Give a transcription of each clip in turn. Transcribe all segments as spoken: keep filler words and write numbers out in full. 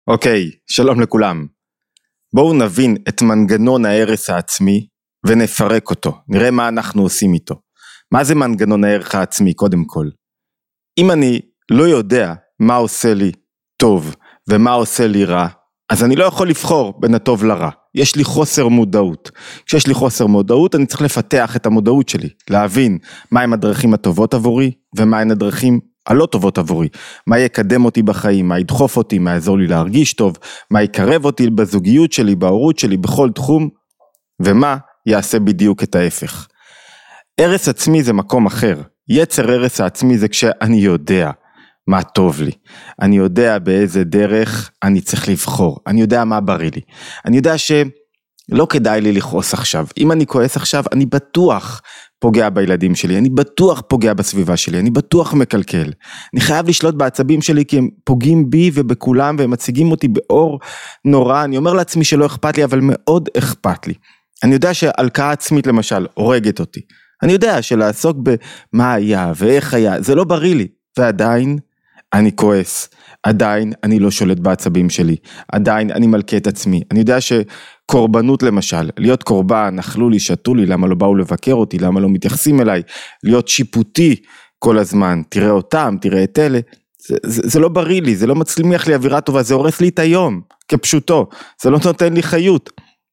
אוקיי, שלום לכולם. בואו נבין את מנגנון הערך העצמי ונפרק אותו. נראה מה אנחנו עושים איתו. מה זה מנגנון הערך העצמי קודם כל? אם אני לא יודע מה עושה לי טוב ומה עושה לי רע, אז אני לא יכול לבחור בין הטוב לרע. יש לי חוסר מודעות. כשיש לי חוסר מודעות, אני צריך לפתח את המודעות שלי, להבין מהם הדרכים הטובות עבורי ומהם הדרכים הלא טובות עבורי, מה יקדם אותי בחיים, מה ידחוף אותי, מה יעזור לי להרגיש טוב, מה יקרב אותי בזוגיות שלי, בהורות שלי, בכל תחום, ומה יעשה בדיוק את ההפך. ערך עצמי זה מקום אחר. יצר ערך העצמי זה כשאני יודע מה טוב לי, אני יודע באיזה דרך אני צריך לבחור, אני יודע מה בריא לי, אני יודע שלא כדאי לי לכעוס עכשיו, אם אני כועס עכשיו אני בטוח פוגע בילדים שלי, אני בטוח פוגע בסביבה שלי, אני בטוח מקלקל, אני חייב לשלוט בעצבים שלי כי הם פוגעים בי ובכולם והם מציגים אותי באור נורא, אני אומר לעצמי שלא אכפת לי אבל מאוד אכפת לי, אני יודע שהלקאה עצמית למשל הורגת אותי, אני יודע שלעסוק במה היה ואיך היה, זה לא בריא לי, ועדיין אני כועס, עדיין אני לא שולט בעצבים שלי, עדיין אני מלכה את עצמי, אני יודע שקורבנות למשל, להיות קורבן, אכלו לי, שתו לי, למה לא באו לבקר אותי, למה לא מתייחסים אליי, להיות שיפוטי כל הזמן, תראה אותם, תראה את אלה, זה, זה, זה לא בריא לי, זה לא מצליח לי אווירה טובה, זה הורס לי את היום, כפשוטו, זה לא נותן לי חיות,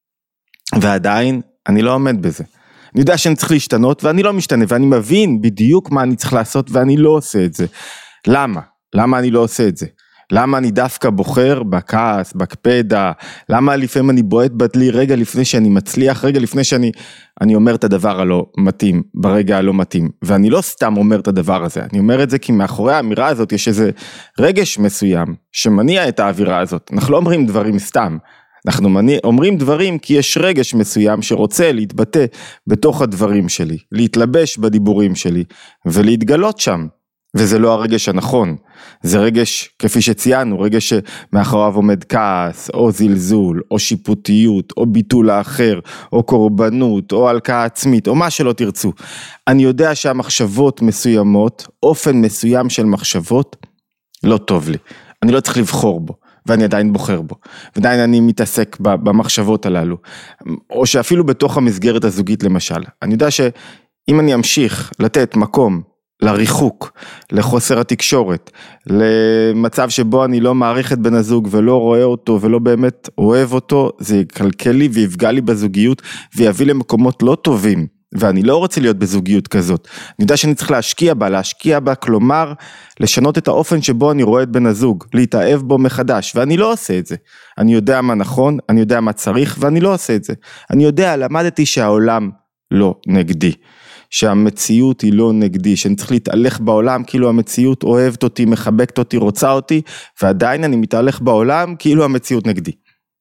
ועדיין אני לא עומד בזה. אני יודע שאני צריך להשתנות ואני לא משתנה, ואני מבין בדיוק מה אני צריך לעשות ואני לא עושה את זה. למה? למה אני לא עושה את זה? למה אני דווקא בוחר בכעס, בקפדה? למה לפעמים אני בועט בדלי רגע לפני שאני מצליח, רגע לפני שאני אני אומר את הדבר הלא מתאים, ברגע הלא מתאים. ואני לא סתם אומר את הדבר הזה, אני אומר את זה כי מאחורי האמירה הזאת יש איזה רגש מסוים שמניע את האווירה הזאת. אנחנו לא אומרים דברים סתם. אנחנו אומרים דברים כי יש רגש מסוים שרוצה להתבטא בתוך הדברים שלי, להתלבש בדיבורים שלי ולהתגלות שם. וזה לא הרגש הנכון, זה רגש כפי שציינו, רגש שמאחוריו עומד כעס, או זלזול, או שיפוטיות, או ביטול האחר, או קורבנות, או הלקאה עצמית, או מה שלא תרצו. אני יודע שהמחשבות מסוימות, אופן מסוים של מחשבות, לא טוב לי. אני לא צריך לבחור בו, ואני עדיין בוחר בו. ועדיין אני מתעסק במחשבות הללו, או שאפילו בתוך המסגרת הזוגית למשל. אני יודע שאם אני אמשיך לתת מקום, לריחוק, לחוסר התקשורת, למצב שבו אני לא מעריך את בן הזוג ולא רואה אותו ולא באמת אוהב אותו, זה יקלקל לי ויפגע לי בזוגיות ויביא למקומות לא טובים, ואני לא רוצה להיות בזוגיות כזאת. אני יודע שאני צריך להשקיע בה, להשקיע בה, כלומר, לשנות את האופן שבו אני רואה את בן הזוג, להתאהב בו מחדש, ואני לא עושה את זה. אני יודע מה נכון, אני יודע מה צריך, ואני לא עושה את זה. אני יודע, למדתי שהעולם לא נגדי. שהמציאות היא לא נגדי, שאני צריך להתהלך בעולם כאילו המציאות אוהבת אותי, מחבקת אותי, רוצה אותי, ועדיין אני מתהלך בעולם כאילו המציאות נגדי.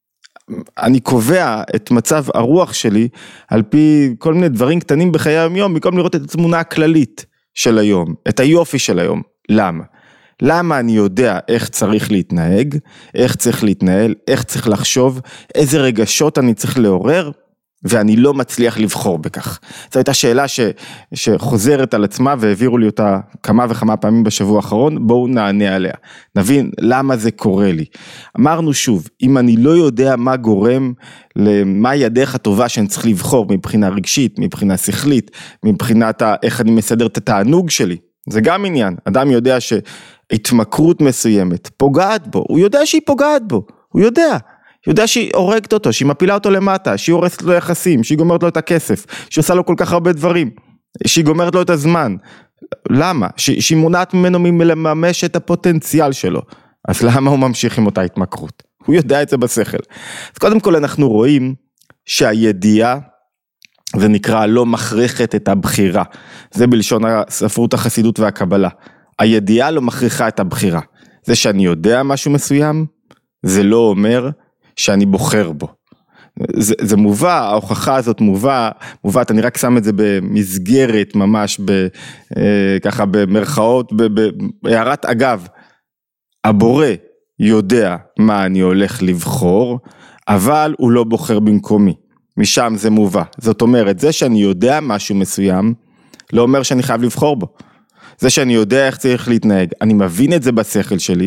אני קובע את מצב הרוח שלי על פי כל מיני דברים קטנים בחיי היום, במקום לראות את התמונה הכללית של היום, את היופי של היום. למה? למה אני יודע איך צריך להתנהג, איך צריך להתנהל, איך צריך לחשוב, איזה רגשות אני צריך לעורר, ואני לא מצליח לבחור בכך. זו הייתה שאלה ש, שחוזרת על עצמה, והעבירו לי אותה כמה וכמה פעמים בשבוע האחרון, בואו נענה עליה. נבין למה זה קורה לי. אמרנו שוב, אם אני לא יודע מה גורם, למה הדרך הטובה שאני צריך לבחור, מבחינה רגשית, מבחינה שכלית, מבחינת איך אני מסדר את התענוג שלי, זה גם עניין. אדם יודע שהתמכרות מסוימת פוגעת בו, הוא יודע שהיא פוגעת בו, הוא יודע. יודע שהיא הורגת אותו, שהיא מפילה אותו למטה, שהיא הורסת לו יחסים, שהיא גומרת לו את הכסף, שהיא עושה לו כל כך הרבה דברים, שהיא גומרת לו את הזמן. למה? שהיא, שהיא מונעת ממנו מלממש את הפוטנציאל שלו. אז למה הוא ממשיך עם אותה התמכרות? הוא יודע את זה בשכל. אז קודם כל אנחנו רואים שהידיעה, זה נקרא לא מכריחת את הבחירה. זה בלשון הספרות החסידות והקבלה. הידיעה לא מכריחה את הבחירה. זה שאני יודע משהו מסוים, זה לא אומר שאני בוחר בו. זה, זה מובא, ההוכחה הזאת מובא, מובאת, אני רק שם את זה במסגרת ממש, ב, אה, ככה במרכאות, בהערת אגב, הבורא יודע מה אני הולך לבחור, אבל הוא לא בוחר במקומי. משם זה מובא. זאת אומרת, זה שאני יודע משהו מסוים, לא אומר שאני חייב לבחור בו. זה שאני יודע איך צריך להתנהג, אני מבין את זה בשכל שלי,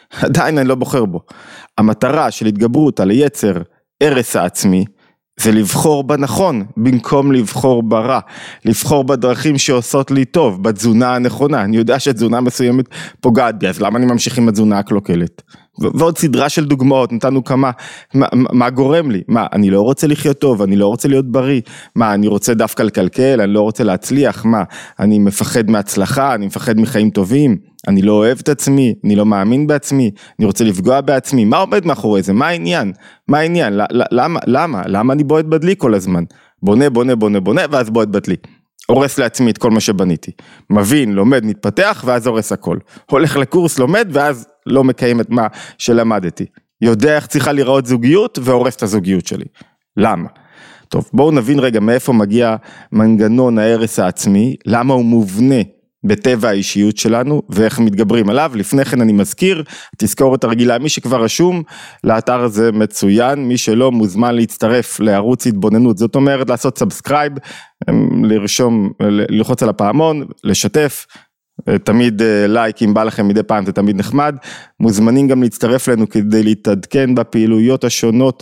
עדיין אני לא בוחר בו. המטרה של התגברות על היצר הרס העצמי, זה לבחור בנכון, במקום לבחור ברע, לבחור בדרכים שעושות לי טוב, בתזונה הנכונה. אני יודע שתזונה מסוימת פוגעת בי, אז למה אני ממשיך עם התזונה הקלוקלת? ועוד סדרה של דוגמאות, נתנו כמה, מה, מה גורם לי? מה, אני לא רוצה לחיות טוב, אני לא רוצה להיות בריא, מה, אני רוצה דווקא לקלקל, אני לא רוצה להצליח, מה, אני מפחד מהצלחה, אני מפחד מחיים טובים, אני לא אוהב את עצמי, אני לא מאמין בעצמי, אני רוצה לפגוע בעצמי, מה עומד מאחורי זה? מה העניין? מה העניין? למה, למה? למה אני בועט בדלי כל הזמן? בונה, בונה, בונה, בונה, ואז בועט בדלי. הורס לעצמי את כל מה שבניתי. מבין, לומד, מתפתח, ואז הורס הכל. הולך לקורס, לומד, ואז לא מקיים את מה שלמדתי. יודע איך צריכה לראות זוגיות, והורס את הזוגיות שלי. למה? טוב, בואו נבין רגע מאיפה מגיע מנגנון ההרס העצמי, למה הוא מובנה בטבע האישיות שלנו, ואיך מתגברים עליו. לפני כן אני מזכיר, תזכורת הרגילה, מי שכבר רשום, לאתר הזה מצוין, מי שלא מוזמן להצטרף לערוץ התבוננות, זאת אומרת לעשות סאבסקרייב, לרשום, ללחוץ על הפעמון, לשתף, תמיד לייק, אם בא לכם מדי פעם, זה תמיד נחמד, מוזמנים גם להצטרף לנו כדי להתעדכן בפעילויות השונות,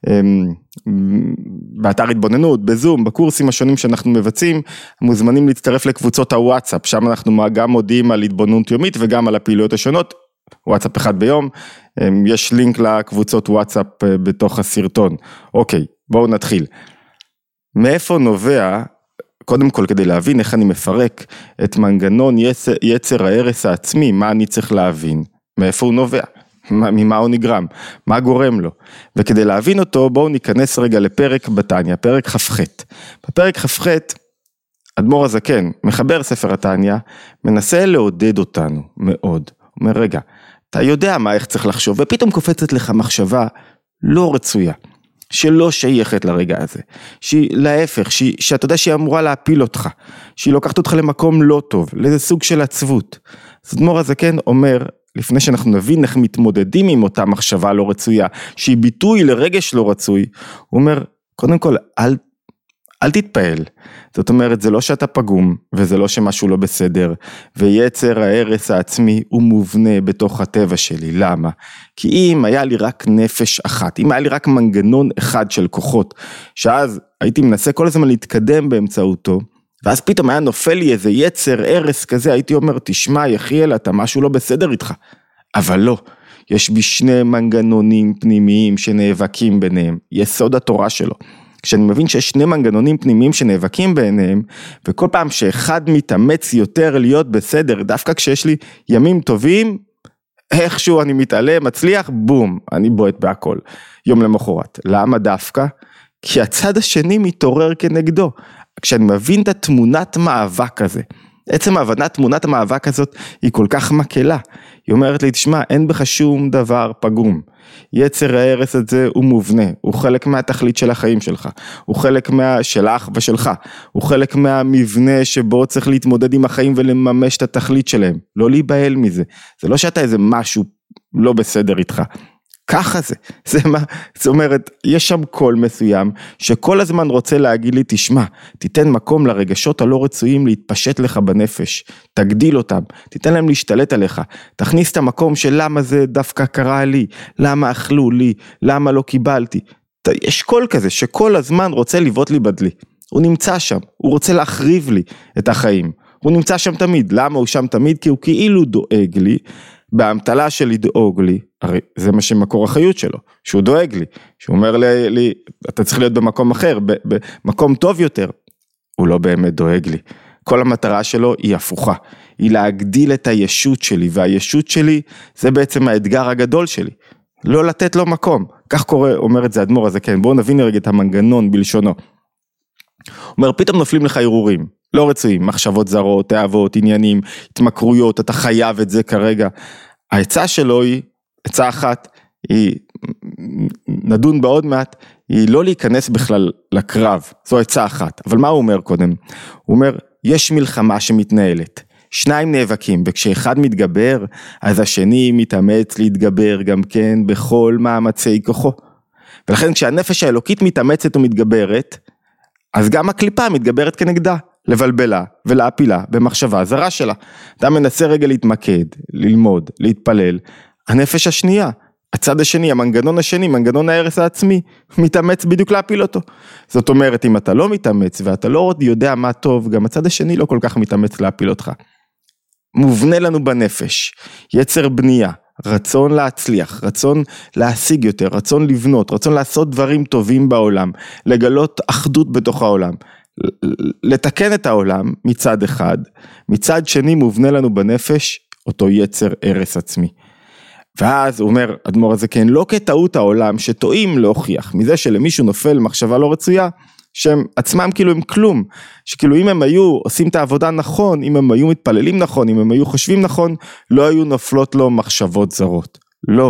באתר התבוננות, בזום, בקורסים השונים שאנחנו מבצעים, מוזמנים להצטרף לקבוצות הוואטסאפ, שם אנחנו גם מודיעים על התבוננות יומית וגם על הפעילויות השונות, וואטסאפ אחד ביום, יש לינק לקבוצות וואטסאפ בתוך הסרטון. אוקיי, בואו נתחיל. מאיפה נובע, קודם כל כדי להבין איך אני מפרק את מנגנון יצר, יצר ההרס העצמי, מה אני צריך להבין, מאיפה הוא נובע, ממה הוא נגרם, מה גורם לו, וכדי להבין אותו בואו ניכנס רגע לפרק בתניא, פרק כ"ח. בפרק כ"ח, אדמו"ר הזקן, מחבר ספר התניא, מנסה לעודד אותנו מאוד, אומר רגע, אתה יודע מה איך צריך לחשוב, ופתאום קופצת לך מחשבה לא רצויה, שלא שייכת לרגע הזה, שהיא להפך, שהיא, שאתה יודע שהיא אמורה להפיל אותך, שהיא לוקחת אותך למקום לא טוב, לאיזה סוג של עצבות. אז אדמו"ר הזקן אומר, לפני שאנחנו נבין איך מתמודדים עם אותה מחשבה לא רצויה, שהיא ביטוי לרגש לא רצוי, הוא אומר, קודם כל, אל, אל תתפעל. זאת אומרת, זה לא שאתה פגום, וזה לא שמשהו לא בסדר, ויצר ההרס העצמי הוא מובנה בתוך הטבע שלי. למה? כי אם היה לי רק נפש אחת, אם היה לי רק מנגנון אחד של כוחות, שאז הייתי מנסה כל הזמן להתקדם באמצעותו, ואז פתאום היה נופל לי איזה יצר הרס כזה, הייתי אומר, תשמע יחיאל, אתה משהו לא בסדר איתך. אבל לא, יש בי שני מנגנונים פנימיים שנאבקים ביניהם, יסוד התורה שלו. כשאני מבין שיש שני מנגנונים פנימיים שנאבקים ביניהם, וכל פעם שאחד מתאמץ יותר להיות בסדר, דווקא כשיש לי ימים טובים, איכשהו אני מתעלה, מצליח, בום, אני בועט בהכל, יום למחרת. למה דווקא? כי הצד השני מתעורר כנגדו. כשאני מבין את התמונת מאבק הזה, עצם ההבנת תמונת המאבק הזאת היא כל כך מקלה. היא אומרת לי, תשמע, אין בך שום דבר פגום. יצר ההרס הזה הוא מובנה, הוא חלק מהתכלית של החיים שלך, הוא חלק מה... שלך ושלך, הוא חלק מהמבנה שבו צריך להתמודד עם החיים ולממש את התכלית שלהם, לא להיבהל מזה. זה לא שאתה איזה משהו לא בסדר איתך. ככה זה, זה מה, זאת אומרת, יש שם קול מסוים, שכל הזמן רוצה להגיד לי, תשמע, תיתן מקום לרגשות הלא רצויים להתפשט לך בנפש, תגדיל אותם, תיתן להם להשתלט עליך, תכניס את המקום של למה זה דווקא קרה לי, למה אכלו לי, למה לא קיבלתי, יש קול כזה, שכל הזמן רוצה לבעוט לי בדלי, הוא נמצא שם, הוא רוצה להחריב לי את החיים, הוא נמצא שם תמיד, למה הוא שם תמיד? כי הוא כאילו דואג לי, בהמתלה של לדאוג לי, הרי זה מה שמקור החיות שלו, שהוא דואג לי, שהוא אומר לי, לי אתה צריך להיות במקום אחר, במקום טוב יותר, הוא לא באמת דואג לי, כל המטרה שלו היא הפוכה, היא להגדיל את הישות שלי, והישות שלי זה בעצם האתגר הגדול שלי, לא לתת לו מקום, כך קורה, אומר את זה אדמו"ר הזקן, בואו נבין רגע את המנגנון בלשונו, אומר פתאום נופלים לך ערעורים, לא רצויים, מחשבות זרות, תאוות, עניינים, התמכרויות, אתה חייב את זה כרגע. ההצעה שלו היא, הצעה אחת, היא, נדון בעוד מעט, היא לא להיכנס בכלל לקרב, זו הצעה אחת. אבל מה הוא אומר קודם? הוא אומר, יש מלחמה שמתנהלת, שניים נאבקים, וכשאחד מתגבר, אז השני מתאמץ להתגבר גם כן בכל מאמצי כוחו. ולכן כשהנפש האלוקית מתאמצת ומתגברת, אז גם הקליפה מתגברת כנגדה. לבלבלה ולהפילה במחשבה זרה שלה. אתה מנסה רגע להתמקד, ללמוד, להתפלל, הנפש השנייה, הצד השני, המנגנון השני, מנגנון ההרס העצמי, מתאמץ בדיוק להפיל אותו. זאת אומרת, אם אתה לא מתאמץ, ואתה לא יודע מה טוב, גם הצד השני לא כל כך מתאמץ להפיל אותך. מובנה לנו בנפש, יצר בנייה, רצון להצליח, רצון להשיג יותר, רצון לבנות, רצון לעשות דברים טובים בעולם, לגלות אחדות בתוך העולם, לתקן את העולם מצד אחד, מצד שני מובנה לנו בנפש, אותו יצר הרס עצמי. ואז הוא אומר, אדמו"ר הזקן, לא כטעות העולם שטועים להוכיח, מזה שלמישהו נופל מחשבה לא רצויה, שהם עצמם כאילו הם כלום, שכאילו אם הם היו עושים את העבודה נכון, אם הם היו מתפללים נכון, אם הם היו חושבים נכון, לא היו נופלות לו מחשבות זרות. לא.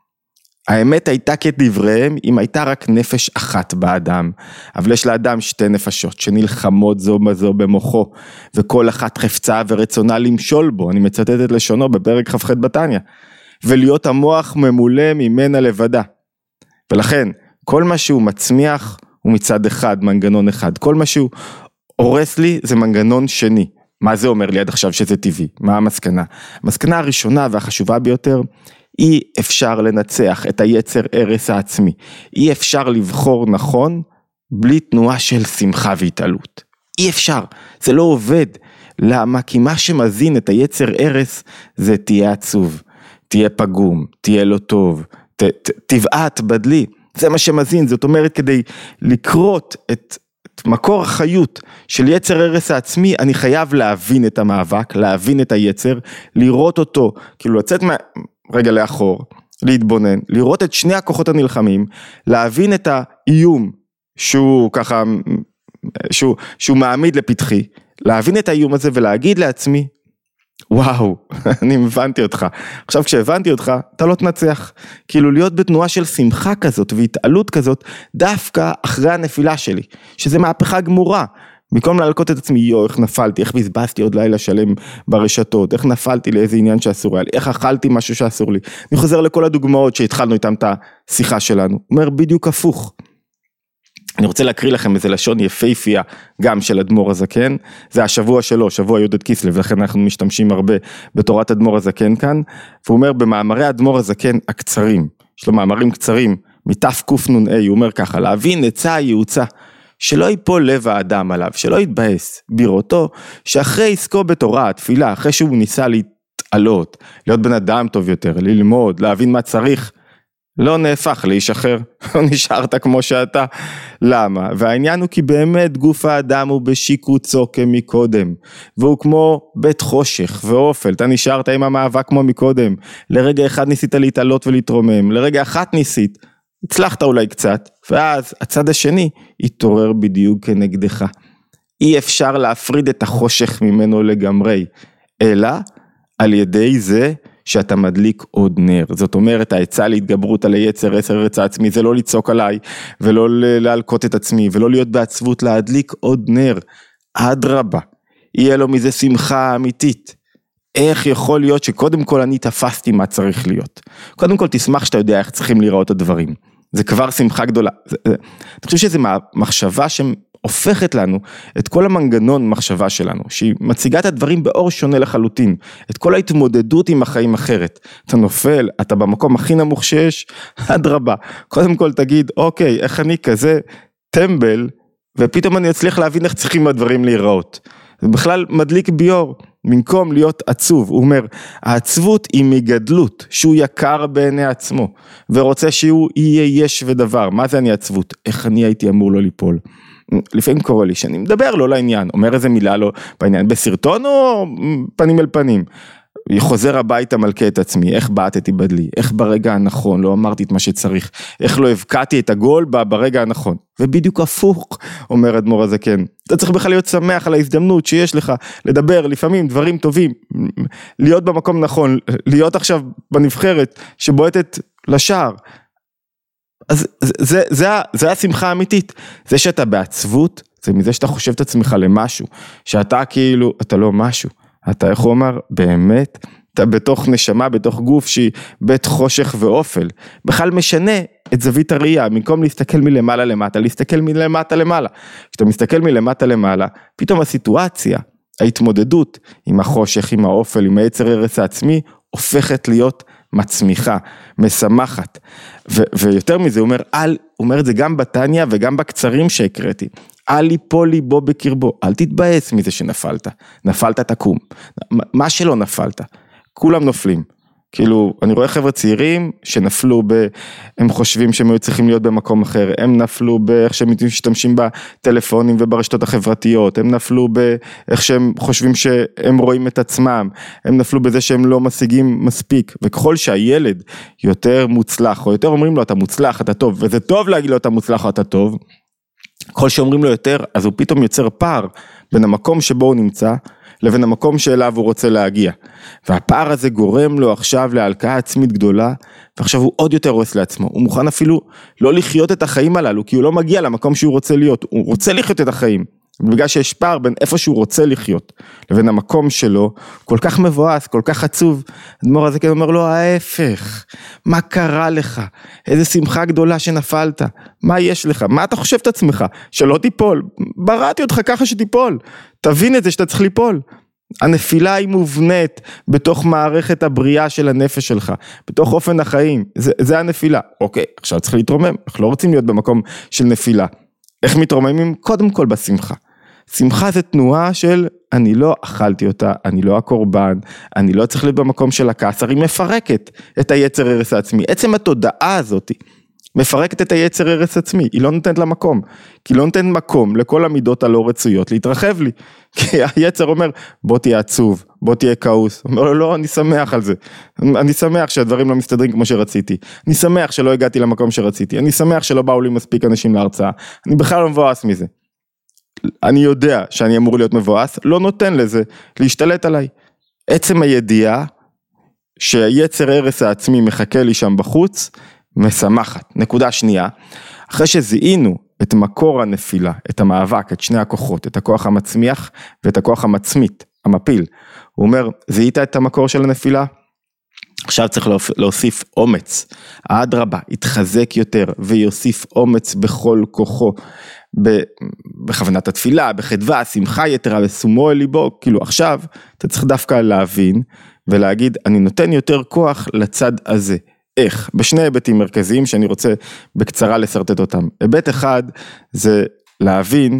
האמת הייתה כדבריהם, אם הייתה רק נפש אחת באדם, אבל יש לאדם שתי נפשות, שנלחמות זו בזו במוחו, וכל אחת חפצה ורצונה למשול בו, אני מצטט את לשונו בפרק כ"ח בתניא, ולהיות המוח ממולא ממנה לבדה. ולכן, כל מה שהוא מצמיח, הוא מצד אחד, מנגנון אחד. כל מה שהוא הורס לי, זה מנגנון שני. מה זה אומר לי עד עכשיו שזה טבעי? מה המסקנה? המסקנה הראשונה והחשובה ביותר, אי אפשר לנצח את היצר הרס העצמי. אי אפשר לבחור נכון, בלי תנועה של שמחה והתעלות. אי אפשר. זה לא עובד. למה? כי מה שמזין את היצר הרס, זה תהיה עצוב. תהיה פגום, תהיה לא טוב, ת, ת, תבעט, בדלי, זה מה שמזין, זאת אומרת כדי לקרות את, את מקור החיות של יצר הרס העצמי, אני חייב להבין את המאבק, להבין את היצר, לראות אותו, כאילו לצאת מה, רגע לאחור, להתבונן, לראות את שני הכוחות הנלחמים, להבין את האיום שהוא ככה, שהוא, שהוא מעמיד לפתחי, להבין את האיום הזה ולהגיד לעצמי, וואו, אני הבנתי אותך. עכשיו כשהבנתי אותך, אתה לא תנצח. כאילו להיות בתנועה של שמחה כזאת והתעלות כזאת, דווקא אחרי הנפילה שלי, שזה מהפכה גמורה. במקום להלקות את עצמי, יו, איך נפלתי, איך בזבזתי עוד לילה שלם ברשתות, איך נפלתי לאיזה עניין שאסור היה לי, איך אכלתי משהו שאסור לי. אני חוזר לכל הדוגמאות שהתחלנו איתם את השיחה שלנו. הוא אומר בדיוק הפוך. אני רוצה להקריא לכם איזה לשון יפהפייה גם של אדמו"ר הזקן, זה השבוע שלו, שבוע י' כסלו, ולכן אנחנו משתמשים הרבה בתורת אדמו"ר הזקן כאן, והוא אומר במאמרי אדמו"ר הזקן הקצרים, יש לו מאמרים קצרים, מתף קנ"ה, הוא אומר ככה, להבין עצה ייעוצה, שלא ייפול לב האדם עליו, שלא יתבאס בראותו, שאחרי עסקו בתורה, התפילה, אחרי שהוא ניסה להתעלות, להיות בן אדם טוב יותר, ללמוד, להבין מה צריך, לא נהפך לאיש אחר, לא נשארת כמו שאתה, למה? והעניין הוא כי באמת גוף האדם הוא בשיקוצו כמקודם, והוא כמו בית חושך ואופל, אתה נשארת עם המאבק כמו מקודם, לרגע אחד ניסית להתעלות ולהתרומם, לרגע אחת ניסית, הצלחת אולי קצת, ואז הצד השני יתעורר בדיוק כנגדך, אי אפשר להפריד את החושך ממנו לגמרי, אלא על ידי זה, שאתה מדליק עוד נר, זאת אומרת העצה להתגברות על היצר, יצר הרס העצמי, זה לא לצעוק עליי, ולא להלקות את עצמי, ולא להיות בעצבות, להדליק עוד נר, אדרבה, יהיה לו מזה שמחה אמיתית, איך יכול להיות שקודם כל אני תפסתי מה צריך להיות, קודם כל תשמח שאתה יודע איך צריכים לראות את הדברים, זה כבר שמחה גדולה, זה, זה, אני חושב שזה מחשבה שהופכת לנו את כל המנגנון מחשבה שלנו, שהיא מציגה את הדברים באור שונה לחלוטין, את כל ההתמודדות עם החיים אחרת, אתה נופל, אתה במקום הכי נמוך שיש, אדרבה, קודם כל תגיד, אוקיי, איך אני כזה טמבל, ופתאום אני אצליח להבין איך צריכים הדברים להיראות, זה בכלל מדליק ביור, במקום להיות עצוב, הוא אומר, העצבות היא מגדלות, שהוא יקר בעיני עצמו, ורוצה שהוא יהיה יש ודבר, מה זה אני עצבות? איך אני הייתי אמור לא ליפול? לפעמים קורא לי שאני מדבר לא לעניין, אומר איזה מילה לא בעניין, בסרטון או פנים אל פנים, חוזר הביתה מלכה את עצמי, איך בעטתי בדלי, איך ברגע הנכון לא אמרתי את מה שצריך, איך לא הבקעתי את הגול ברגע הנכון, ובדיוק הפוך, אומר אדמו"ר הזקן, אתה צריך בכלל להיות שמח על ההזדמנות שיש לך, לדבר לפעמים דברים טובים, להיות במקום נכון, להיות עכשיו בנבחרת שבועטת לשער, אז זה, זה, זה, זה השמחה האמיתית, זה שאתה בעצבות, זה מזה שאתה חושב את עצמך למשהו, שאתה כאילו, אתה לא משהו, אתה איך הוא אומר, באמת, אתה בתוך נשמה, בתוך גוף שהיא בית חושך ואופל, בכלל משנה את זווית הראייה, במקום להסתכל מלמעלה למטה, להסתכל מלמטה למעלה, כשאתה מסתכל מלמטה למעלה, פתאום הסיטואציה, ההתמודדות עם החושך, עם האופל, עם היצר הרס העצמי, הופכת להיות מצמיחה, משמחת, ו- ויותר מזה הוא אומר, אל, הוא אומר את זה גם בתניה וגם בקצרים שהקראתי, אל יפול ליבו בקרבו, אל תתבאס מזה שנפלת, נפלת תקום, מה שלא נפלת, כולם נופלים, כאילו, אני רואה חבר'ה צעירים שנפלו ב... הם חושבים שהם היו צריכים להיות במקום אחר, הם נפלו באיך שהם משתמשים בטלפונים וברשתות החברתיות, הם נפלו באיך שהם חושבים שהם רואים את עצמם, הם נפלו בזה שהם לא משיגים מספיק, וככל שהילד יותר מוצלח, או יותר אומרים לו אתה מוצלח, אתה טוב, וזה טוב להגיד לו אתה מוצלח או אתה טוב, ככל שאומרים לו יותר, אז הוא פתאום יוצר פער בין המקום שבו הוא נמצא, לבין המקום שאליו הוא רוצה להגיע. והפער הזה גורם לו עכשיו להלקאה עצמית גדולה, ועכשיו הוא עוד יותר הורס לעצמו. הוא מוכן אפילו לא לחיות את החיים הללו, כי הוא לא מגיע למקום שהוא רוצה להיות. הוא רוצה לחיות את החיים. בגלל שיש פער בין איפה שהוא רוצה לחיות, לבין המקום שלו, כל כך מבואס, כל כך עצוב. אדמו"ר הזה כן אומר לו, ההפך, מה קרה לך? איזה שמחה גדולה שנפלת. מה יש לך? מה אתה חושב את עצמך? שלא תיפול. בראתי אותך ככה שתיפול. תבין את זה שאתה צריך ליפול. הנפילה היא מובנית בתוך מערכת הבריאה של הנפש שלך, בתוך אופן החיים. זה, זה הנפילה. אוקיי, עכשיו צריך להתרומם. אנחנו לא רוצים להיות במקום של נפילה. איך מתרוממים? קודם כל בשמחה. שמחה זה תנועה של אני לא אכלתי אותה, אני לא הקורבן, אני לא צריך להיות במקום של הכעס, היא מפרקת את היצר הרס העצמי. עצם התודעה הזאת מפרקת את היצר הרס עצמי, היא לא נותנת לה מקום, כי לא נותנת מקום לכל המידות הלא רצויות להתרחב לי, כי היצר אומר בוא תהיה עצוב, בוא תהיה כעוס, אומר לו לא, אני שמח על זה, אני שמח שהדברים לא מסתדרים כמו שרציתי, אני שמח שלא הגעתי למקום שרציתי, אני שמח שלא באו לי מספיק אנשים להרצאה, אני בכלל לא מבואס מזה, אני יודע שאני אמור להיות מבואס, לא נותן לזה להשתלט עליי, עצם הידיעה שהיצר הרס העצמי מחכה לי שם בחוץ, משמחת. נקודה שנייה, אחרי שזיהינו את מקור הנפילה, את המאבק, את שני הכוחות, את הכוח המצמיח ואת הכוח המצמית, המפיל, הוא אומר, זיהית את המקור של הנפילה? עכשיו צריך להוסיף אומץ, האדרבה, יתחזק יותר ויוסיף אומץ בכל כוחו, בכוונת התפילה, בחדווה, שמחה יתרה ושומו אל ליבו, כאילו עכשיו אתה צריך דווקא להבין ולהגיד, אני נותן יותר כוח לצד הזה, איך? בשני היבטים מרכזיים שאני רוצה בקצרה לסרטט אותם. היבט אחד זה להבין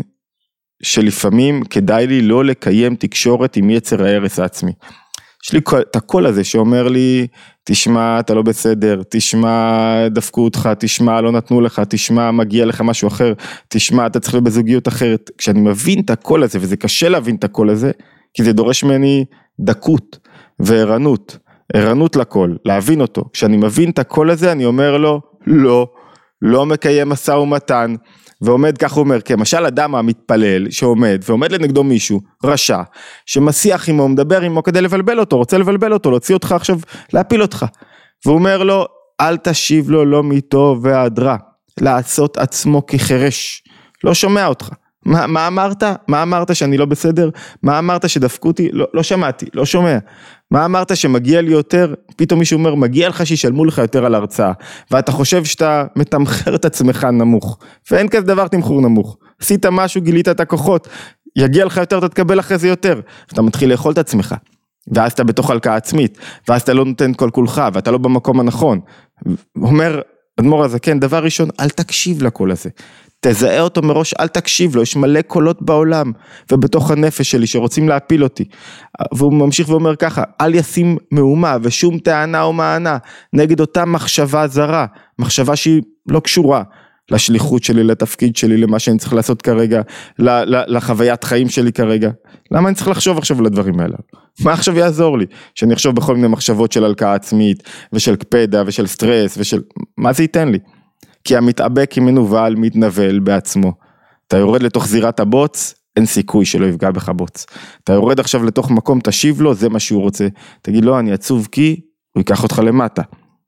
שלפעמים כדאי לי לא לקיים תקשורת עם יצר ההרס העצמי. יש לי את הקול הזה שאומר לי, תשמע, אתה לא בסדר, תשמע, דפקו אותך, תשמע, לא נתנו לך, תשמע, מגיע לך משהו אחר, תשמע, אתה צריך להיות בזוגיות אחרת. כשאני מבין את הקול הזה, וזה קשה להבין את הקול הזה, כי זה דורש ממני דקות וערנות. ערנות לקול, להבין אותו. כשאני מבין את הקול הזה, אני אומר לו, לא, לא מקיים משא ומתן, ועומד כך הוא אומר, כמשל אדם המתפלל, שעומד, ועומד לנגדו מישהו, רשע, שמסיח עמו, מדבר עמו כדי לבלבל אותו, רוצה לבלבל אותו, להוציא אותך עכשיו, להפיל אותך. והוא אומר לו, אל תשיב לו לא מיתו ועד רע, לעשות עצמו כחרש, לא שומע אותך. מה, מה אמרת? מה אמרת שאני לא בסדר? מה אמרת שדפקו אותי? לא, לא שמעתי, לא שומע. מה אמרת שמגיע לי יותר? פתאום מישהו אומר, מגיע לך שישלמו לך יותר על הרצאה, ואתה חושב שאתה מתמחר את עצמך נמוך, ואין כזה דבר תמחור נמוך. עשית משהו, גילית את הכוחות, יגיע לך יותר, אתה תקבל אחרי זה יותר. אתה מתחיל לאכול את עצמך, ואז אתה בתוך הלקאה עצמית, ואז אתה לא נותן כל כולך, ואתה לא במקום הנכון. אומר, אדמו"ר הזה, כן, דבר ראשון, אל תקשיב לקול הזה. תזהה אותו מראש, אל תקשיב לו, יש מלא קולות בעולם, ובתוך הנפש שלי שרוצים להפיל אותי, והוא ממשיך ואומר ככה, אל ישים מהומה ושום טענה או מענה, נגד אותה מחשבה זרה, מחשבה שהיא לא קשורה, לשליחות שלי, לתפקיד שלי, למה שאני צריך לעשות כרגע, לחוויית חיים שלי כרגע, למה אני צריך לחשוב עכשיו על הדברים האלה? מה עכשיו יעזור לי? שאני אחשוב בכל מיני מחשבות של הלקאה עצמית, ושל קפדה, ושל סטרס, ושל, מה זה ייתן לי? כי המתאבק עם מנוול מתנבל בעצמו. אתה יורד לתוך זירת הבוץ, אין סיכוי שלא יפגע בך בוץ. אתה יורד עכשיו לתוך מקום, תשיב לו, זה מה שהוא רוצה. תגיד לו, אני עצוב כי, הוא ייקח אותך למטה.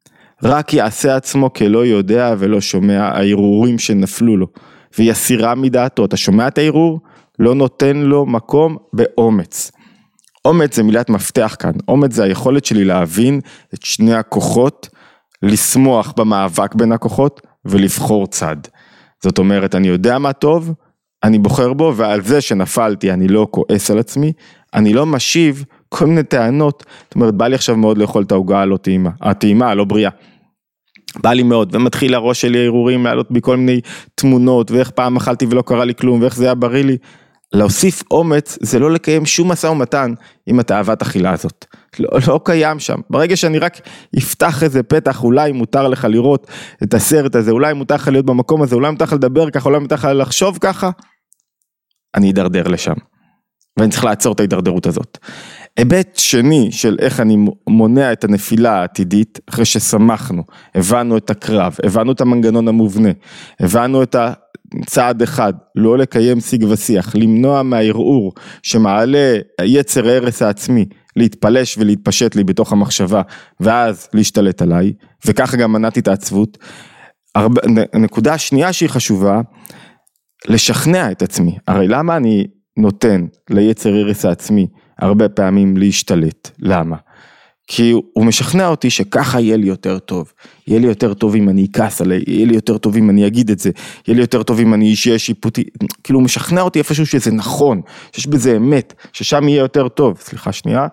רק יעשה עצמו כלא יודע ולא שומע הערעורים שנפלו לו. ויסירה מדעתו, אתה שומע את הערעור? לא נותן לו מקום באומץ. אומץ זה מילת מפתח כאן. אומץ זה היכולת שלי להבין את שני הכוחות, לשמוח במאבק בין הכוחות, ולבחור צד. זאת אומרת, אני יודע מה טוב, אני בוחר בו, ועל זה שנפלתי, אני לא כועס על עצמי, אני לא משיב כל מיני טענות, זאת אומרת, בא לי עכשיו מאוד לאכול את העוגה הלא טעימה, הטעימה, הלא בריאה, בא לי מאוד, ומתחיל הראש שלי הערעורים, לעלות בי כל מיני תמונות, ואיך פעם אכלתי ולא קרה לי כלום, ואיך זה היה בריא לי, להוסיף אומץ, זה לא לקיים שום משא ומתן, עם התאוות אכילה הזאת, לא, לא קיים שם, ברגע שאני רק אפתח איזה פתח, אולי מותר לך לראות את הסרט הזה, אולי מותר לך להיות במקום הזה, אולי מותר לך לדבר ככה, אולי מותר לך לחשוב ככה, אני אדרדר לשם, ואני צריך לעצור את ההידרדרות הזאת. היבט שני של איך אני מונע את הנפילה העתידית, אחרי ששמחנו, הבנו את הקרב, הבנו את המנגנון המובנה, הבנו את הצעד אחד, לא לקיים שיג ושיח, למנוע מהערעור שמעלה יצר הרס העצמי, להתפלש ולהתפשט לי בתוך המחשבה, ואז להשתלט עליי, וככה גם מנעתי את העצבות. הנקודה השנייה שהיא חשובה, לשכנע את עצמי, הרי למה אני נותן ליצר הרס העצמי, הרבה פעמים להשתלט, למה? כי הוא משכנע אותי שככה יהיה לי יותר טוב, יהיה לי יותר טוב אם אני אכעס עליי, יהיה לי יותר טוב אם אני אגיד את זה, יהיה לי יותר טוב אם אני אהיה שיפוטי, כאילו הוא משכנע אותי איפשהו שזה נכון, שיש בזה אמת, ששם יהיה יותר טוב, סליחה שנייה,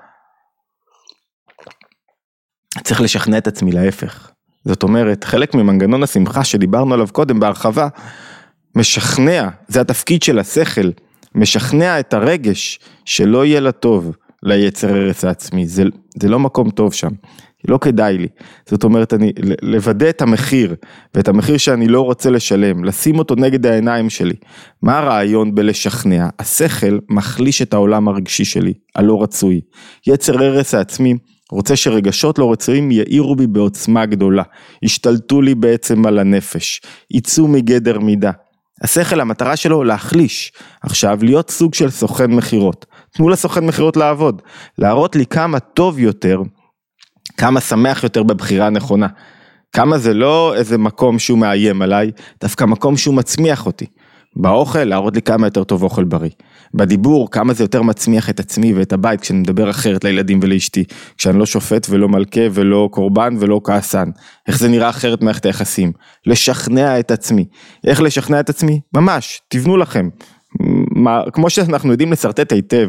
צריך לשכנע את עצמי להפך, זאת אומרת, חלק ממנגנון השמחה שדיברנו עליו קודם בהרחבה, משכנע, זה התפקיד של השכל, משכנע את הרגש שלא יהיה לה טוב ליצר הרס העצמי, זה, זה לא מקום טוב שם, לא כדאי לי, זאת אומרת, אני, לוודא את המחיר, ואת המחיר שאני לא רוצה לשלם, לשים אותו נגד העיניים שלי, מה הרעיון בלשכנע? השכל מחליש את העולם הרגשי שלי, הלא רצוי, יצר הרס העצמי, רוצה שרגשות לא רצויים יאירו בי בעוצמה גדולה, ישתלטו לי בעצם על הנפש, יצאו מגדר מידה, השכל, המטרה שלו להחליש, עכשיו להיות סוג של סוכן מחירות, תנו לסוכן מחירות לעבוד, להראות לי כמה טוב יותר, כמה שמח יותר בבחירה הנכונה, כמה זה לא איזה מקום שהוא מאיים עליי, דווקא מקום שהוא מצמיח אותי, באוכל להראות לי כמה יותר טוב אוכל בריא, בדיבור כמה זה יותר מצמיח את עצמי ואת הבית, כשאני מדבר אחרת לילדים ולאשתי, כשאני לא שופט ולא מלכה ולא קורבן ולא כעסן, איך זה נראה אחרת מערכת היחסים, לשכנע את עצמי, איך לשכנע את עצמי? ממש, תבנו לכם, מה, כמו שאנחנו יודעים לסרטט היטב,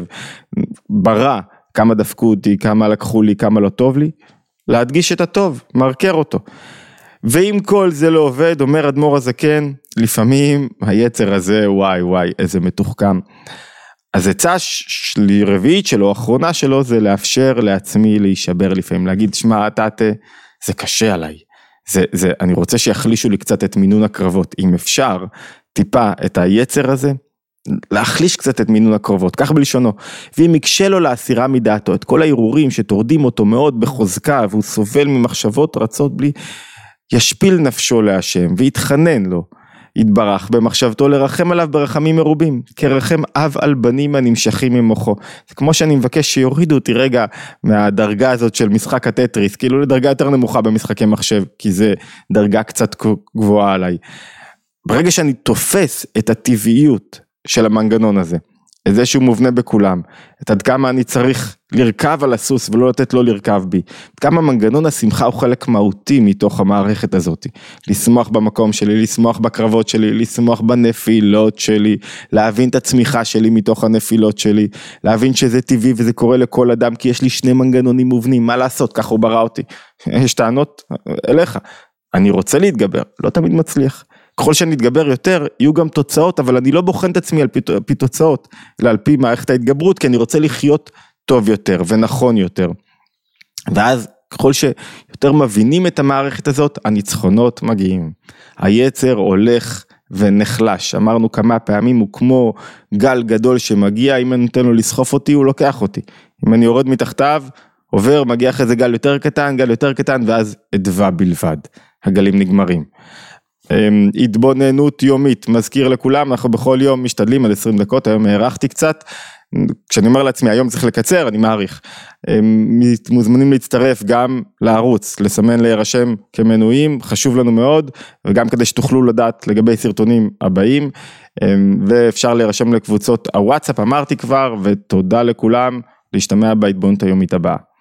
ברע, כמה דפקו אותי, כמה לקחו לי, כמה לא טוב לי, להדגיש את הטוב, מרקר אותו, ואם כל זה לא עובד, אומר אדמו"ר הזקן, לפעמים היצר הזה, וואי וואי, איזה מתוחכם. אז עצה שלי רביעית שלו, האחרונה שלו, זה לאפשר לעצמי להישבר לפעמים, להגיד, שמע, תתה, זה קשה עליי. זה, זה, אני רוצה שיחלישו לי קצת את מינון הקרבות, אם אפשר, טיפה את היצר הזה, להחליש קצת את מינון הקרבות, כך בלשונו, ואם יקשה לו להסירה מדעתו, את כל הערעורים שתורדים אותו מאוד בחוזקה, והוא סובל ממחשבות רצות בלי, ישפיל נפשו להשם, ויתחנן לו, יתברך במחשבתו לרחם עליו ברחמים מרובים, כרחם אב על בנים הנמשכים ממוחו, זה כמו שאני מבקש שיורידו אותי רגע, מהדרגה הזאת של משחק הטטריס, כאילו לדרגה יותר נמוכה במשחקי מחשב, כי זה דרגה קצת גבוהה עליי, ברגע שאני תופס את הטבעיות של המנגנון הזה, את זה שהוא מובנה בכולם, את עד כמה אני צריך לרכב על הסוס ולא לתת לו לרכב בי, עד כמה מנגנון השמחה הוא חלק מהותי מתוך המערכת הזאת, לשמוח במקום שלי, לשמוח בקרבות שלי, לשמוח בנפילות שלי, להבין את הצמיחה שלי מתוך הנפילות שלי, להבין שזה טבעי וזה קורה לכל אדם, כי יש לי שני מנגנונים מובנים, מה לעשות, ככה הוא ברא אותי, יש טענות אליך, אני רוצה להתגבר, לא תמיד מצליח, ככל שאני אתגבר יותר, יהיו גם תוצאות, אבל אני לא בוחן את עצמי על פי, פי תוצאות, אלא על פי מערכת ההתגברות, כי אני רוצה לחיות טוב יותר ונכון יותר. ואז ככל שיותר מבינים את המערכת הזאת, הניצחונות מגיעים. היצר הולך ונחלש. אמרנו כמה פעמים, הוא כמו גל גדול שמגיע, אם אני נותן לו לסחוף אותי, הוא לוקח אותי. אם אני יורד מתחתיו, עובר, מגיע אחרי זה גל יותר קטן, גל יותר קטן, ואז אדווה בלבד. הגלים נגמרים. התבוננות יומית, מזכיר לכולם, אנחנו בכל יום משתדלים עד עשרים דקות, היום הערכתי קצת, כשאני אומר לעצמי היום צריך לקצר, אני מעריך, מוזמנים להצטרף גם לערוץ, לסמן להירשם כמנויים, חשוב לנו מאוד, וגם כדי שתוכלו לדעת לגבי סרטונים הבאים, ואפשר להירשם לקבוצות הוואטסאפ, אמרתי כבר, ותודה לכולם, להשתמע בהתבוננות היומית הבאה.